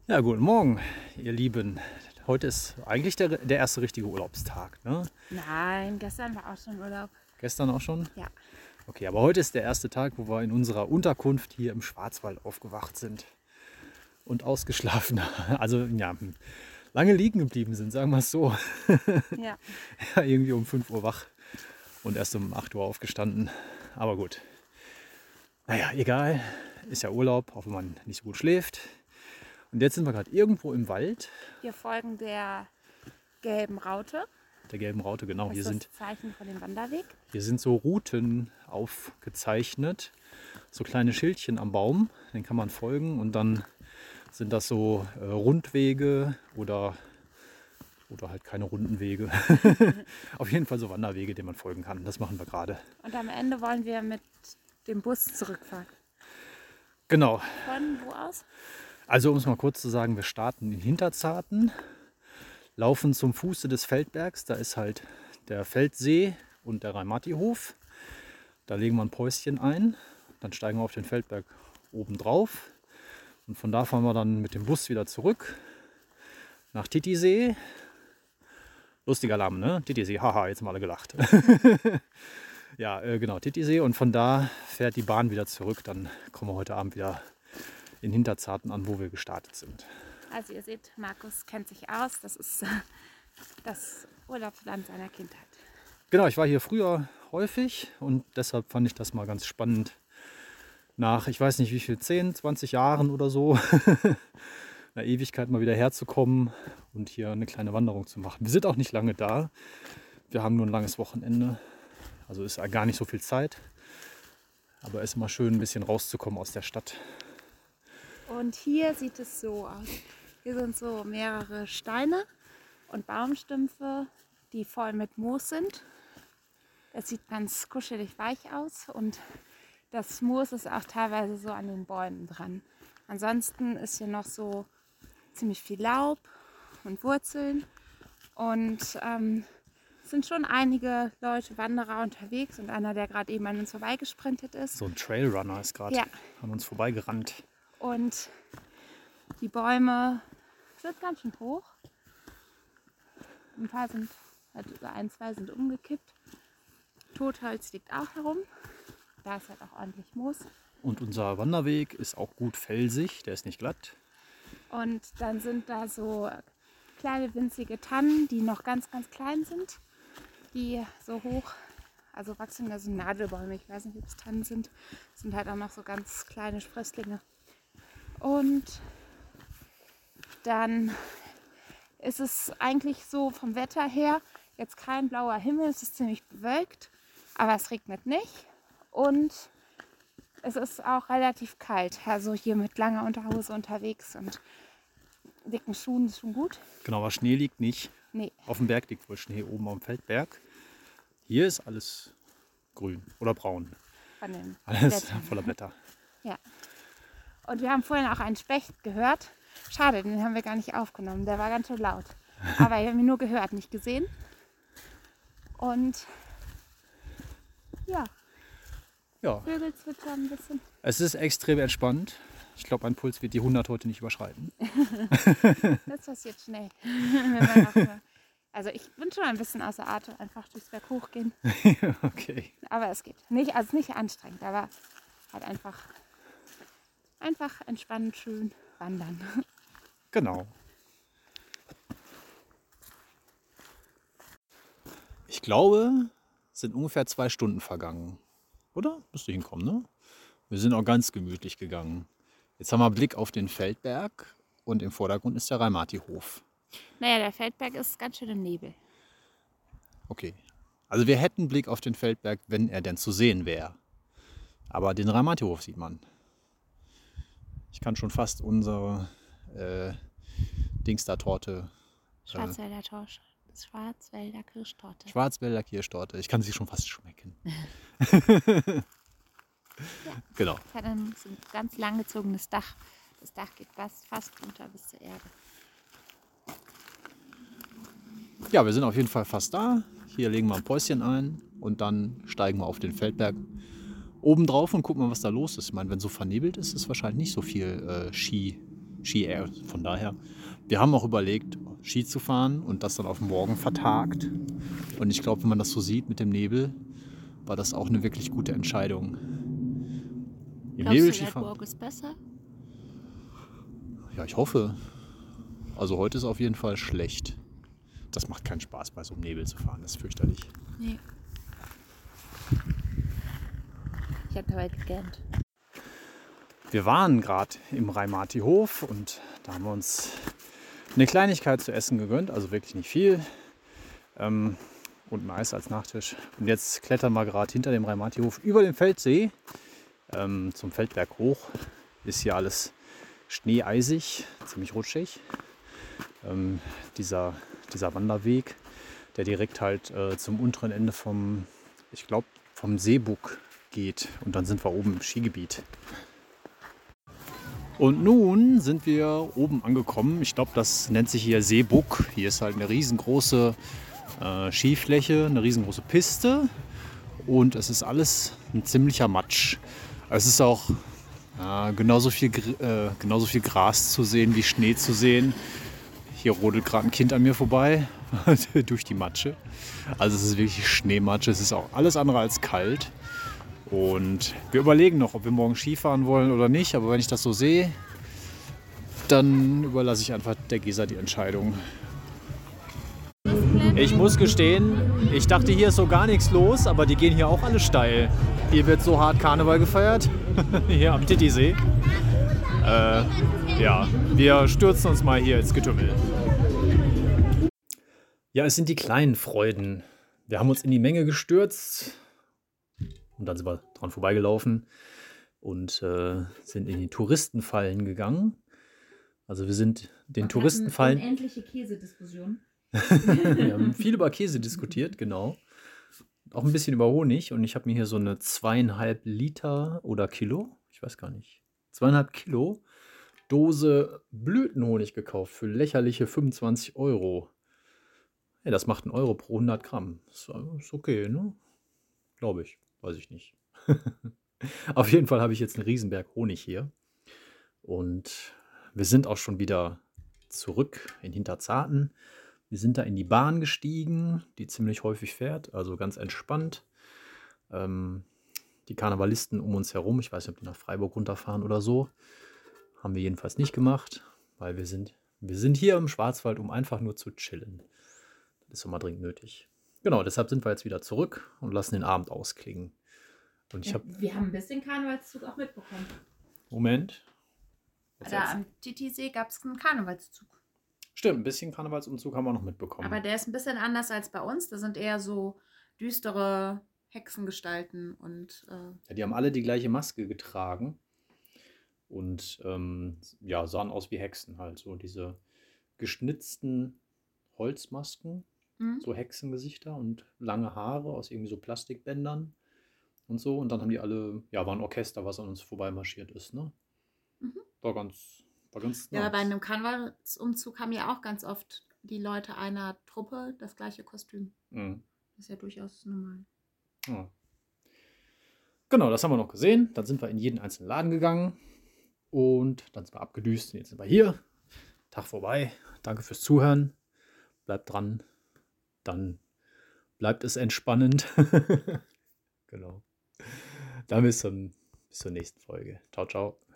Ja, guten Morgen, ihr Lieben. Heute ist eigentlich der erste richtige Urlaubstag. Ne? Nein, gestern war auch schon Urlaub. Gestern auch schon? Ja. Okay, aber heute ist der erste Tag, wo wir in unserer Unterkunft hier im Schwarzwald aufgewacht sind und ausgeschlafen. Also ja, lange liegen geblieben sind, sagen wir es so. Ja. Ja, irgendwie um 5 Uhr wach und erst um 8 Uhr aufgestanden. Aber gut. Naja, egal. Ist ja Urlaub, auch wenn man nicht so gut schläft. Und jetzt sind wir gerade irgendwo im Wald. Wir folgen der gelben Raute. Der gelben Raute, genau. Das ist das Zeichen von dem Wanderweg. Hier sind so Routen aufgezeichnet, so kleine Schildchen am Baum, den kann man folgen und dann sind das so Rundwege oder halt keine runden Wege. Auf jeden Fall so Wanderwege, denen man folgen kann. Das machen wir gerade. Und am Ende wollen wir mit dem Bus zurückfahren. Genau. Von wo aus? Also um es mal kurz zu sagen, wir starten in Hinterzarten, laufen zum Fuße des Feldbergs. Da ist halt der Feldsee und der Rhein-Marti-Hof. Da legen wir ein Päuschen ein. Dann steigen wir auf den Feldberg oben drauf. Und von da fahren wir dann mit dem Bus wieder zurück nach Titisee. Lustiger Name, ne? Titisee, haha, jetzt haben alle gelacht. Ja, genau, Titisee. Und von da fährt die Bahn wieder zurück. Dann kommen wir heute Abend wieder in Hinterzarten an, wo wir gestartet sind. Also ihr seht, Markus kennt sich aus. Das ist das Urlaubsland seiner Kindheit. Genau, ich war hier früher häufig und deshalb fand ich das mal ganz spannend. Nach, ich weiß nicht wie viel, 10, 20 Jahren oder so, einer Ewigkeit mal wieder herzukommen und hier eine kleine Wanderung zu machen. Wir sind auch nicht lange da. Wir haben nur ein langes Wochenende. Also ist gar nicht so viel Zeit. Aber es ist immer schön, ein bisschen rauszukommen aus der Stadt. Und hier sieht es so aus. Hier sind so mehrere Steine und Baumstümpfe, die voll mit Moos sind. Das sieht ganz kuschelig weich aus und das Moos ist auch teilweise so an den Bäumen dran. Ansonsten ist hier noch so ziemlich viel Laub und Wurzeln und es sind schon einige Leute, Wanderer unterwegs und einer, der gerade eben an uns vorbeigesprintet ist. So ein Trailrunner ist gerade an uns vorbeigerannt. Und die Bäume sind ganz schön hoch. Ein paar sind, ein, zwei sind umgekippt. Totholz liegt auch herum. Da ist halt auch ordentlich Moos. Und unser Wanderweg ist auch gut felsig, der ist nicht glatt. Und dann sind da so kleine winzige Tannen, die noch ganz, ganz klein sind. Die so hoch, also wachsen, das sind Nadelbäume, ich weiß nicht, ob es Tannen sind. Das sind halt auch noch so ganz kleine Sprösslinge. Und dann ist es eigentlich so vom Wetter her jetzt kein blauer Himmel, es ist ziemlich bewölkt, aber es regnet nicht und es ist auch relativ kalt. Also hier mit langer Unterhose unterwegs und dicken Schuhen ist schon gut. Genau, aber Schnee liegt nicht. Nee. Auf dem Berg liegt wohl Schnee, oben am Feldberg. Hier ist alles grün oder braun. Von den Alles Blättern. voller Blätter. Ja. Und wir haben vorhin auch einen Specht gehört. Schade, den haben wir gar nicht aufgenommen. Der war ganz schön laut. Aber wir haben ihn nur gehört, nicht gesehen. Und ja, Ja, Vögel zwitschern ein bisschen. es ist extrem entspannt. Ich glaube, mein Puls wird die 100 heute nicht überschreiten. Das passiert schnell. Wenn man auch nur, also ich bin schon ein bisschen außer Atem, einfach durchs Berg hochgehen. Okay. Aber es geht. Nicht, also nicht anstrengend, aber halt einfach entspannend schön wandern. Genau. Ich glaube, es sind ungefähr 2 Stunden vergangen. Oder? Müsste hinkommen, ne? Wir sind auch ganz gemütlich gegangen. Jetzt haben wir Blick auf den Feldberg und im Vordergrund ist der Rhein-Marti-Hof. Naja, der Feldberg ist ganz schön im Nebel. Okay. Also wir hätten Blick auf den Feldberg, wenn er denn zu sehen wäre. Aber den Rhein-Marti-Hof sieht man. Ich kann schon fast unsere Dings-da-Torte, Schwarzwälder Torsch. Schwarzwälder Kirschtorte. Schwarzwälder Kirschtorte, ich kann sie schon fast schmecken. Ja. Genau. Es hat ein ganz langgezogenes Dach. Das Dach geht fast runter bis zur Erde. Ja, wir sind auf jeden Fall fast da. Hier legen wir ein Päuschen ein und dann steigen wir auf den Feldberg oben drauf und gucken mal, was da los ist. Ich meine, wenn so vernebelt ist, ist wahrscheinlich nicht so viel Ski Ski-Air. Von daher, wir haben auch überlegt, Ski zu fahren und das dann auf morgen vertagt. Und ich glaube, wenn man das so sieht mit dem Nebel, war das auch eine wirklich gute Entscheidung. Im Nebel Skifahren? Morgen ist besser? Ja, ich hoffe. Also heute ist auf jeden Fall schlecht. Das macht keinen Spaß, bei so einem Nebel zu fahren. Das ist fürchterlich. Nee. Ich habe dabei gegähnt. Wir waren gerade im Raimati-Hof und da haben wir uns eine Kleinigkeit zu essen gegönnt. Also wirklich nicht viel. Und ein Eis als Nachtisch. Und jetzt klettern wir gerade hinter dem Raimati-Hof über den Feldsee zum Feldberg hoch. Ist hier alles schneeeisig, ziemlich rutschig. Dieser Wanderweg, der direkt halt zum unteren Ende vom Seebuck geht. Und dann sind wir oben im Skigebiet. Und nun sind wir oben angekommen. Ich glaube, das nennt sich hier Seebuck. Hier ist halt eine riesengroße Skifläche, eine riesengroße Piste. Und es ist alles ein ziemlicher Matsch. Es ist auch genauso viel Gras zu sehen wie Schnee zu sehen. Hier rodelt gerade ein Kind an mir vorbei durch die Matsche. Also es ist wirklich Schneematsche. Es ist auch alles andere als kalt. Und wir überlegen noch, ob wir morgen Skifahren wollen oder nicht. Aber wenn ich das so sehe, dann überlasse ich einfach der Gesa die Entscheidung. Ich muss gestehen, ich dachte, hier ist so gar nichts los, aber die gehen hier auch alle steil. Hier wird so hart Karneval gefeiert, hier am Titisee. Ja, wir stürzen uns mal hier ins Getümmel. Ja, es sind die kleinen Freuden. Wir haben uns in die Menge gestürzt und dann sind wir dran vorbeigelaufen und sind in die Touristenfallen gegangen. Also wir sind den Touristenfallen... Unendliche Käsediskussion. Wir haben viel über Käse diskutiert, genau. Auch ein bisschen über Honig. Und ich habe mir hier so eine 2,5 Liter oder Kilo, ich weiß gar nicht, 2,5 Kilo Dose Blütenhonig gekauft für lächerliche 25 Euro. Ja, das macht 1 Euro pro 100 Gramm. Ist okay, ne? Glaube ich. Weiß ich nicht. Auf jeden Fall habe ich jetzt einen Riesenberg Honig hier. Und wir sind auch schon wieder zurück in Hinterzarten. Wir sind da in die Bahn gestiegen, die ziemlich häufig fährt, also ganz entspannt. Die Karnevalisten um uns herum, ich weiß nicht, ob die nach Freiburg runterfahren oder so, haben wir jedenfalls nicht gemacht, weil wir sind hier im Schwarzwald, um einfach nur zu chillen. Das ist doch mal dringend nötig. Genau, deshalb sind wir jetzt wieder zurück und lassen den Abend ausklingen. Und wir haben ein bisschen Karnevalszug auch mitbekommen. Moment. Da am Titisee gab es einen Karnevalszug. Stimmt, ein bisschen Karnevalsumzug haben wir noch mitbekommen. Aber der ist ein bisschen anders als bei uns. Da sind eher so düstere Hexengestalten und... Ja, die haben alle die gleiche Maske getragen und sahen aus wie Hexen halt. So diese geschnitzten Holzmasken, so Hexengesichter und lange Haare aus irgendwie so Plastikbändern und so. Und dann haben die alle, war ein Orchester, was an uns vorbeimarschiert ist, ne? War ganz nice. Ja, bei einem Karnevalsumzug haben ja auch ganz oft die Leute einer Truppe das gleiche Kostüm. Mhm. Das ist ja durchaus normal. Ja. Genau, das haben wir noch gesehen. Dann sind wir in jeden einzelnen Laden gegangen und dann sind wir abgedüst. Jetzt sind wir hier. Tag vorbei. Danke fürs Zuhören. Bleibt dran. Dann bleibt es entspannend. Genau. Dann bis zur nächsten Folge. Ciao, ciao.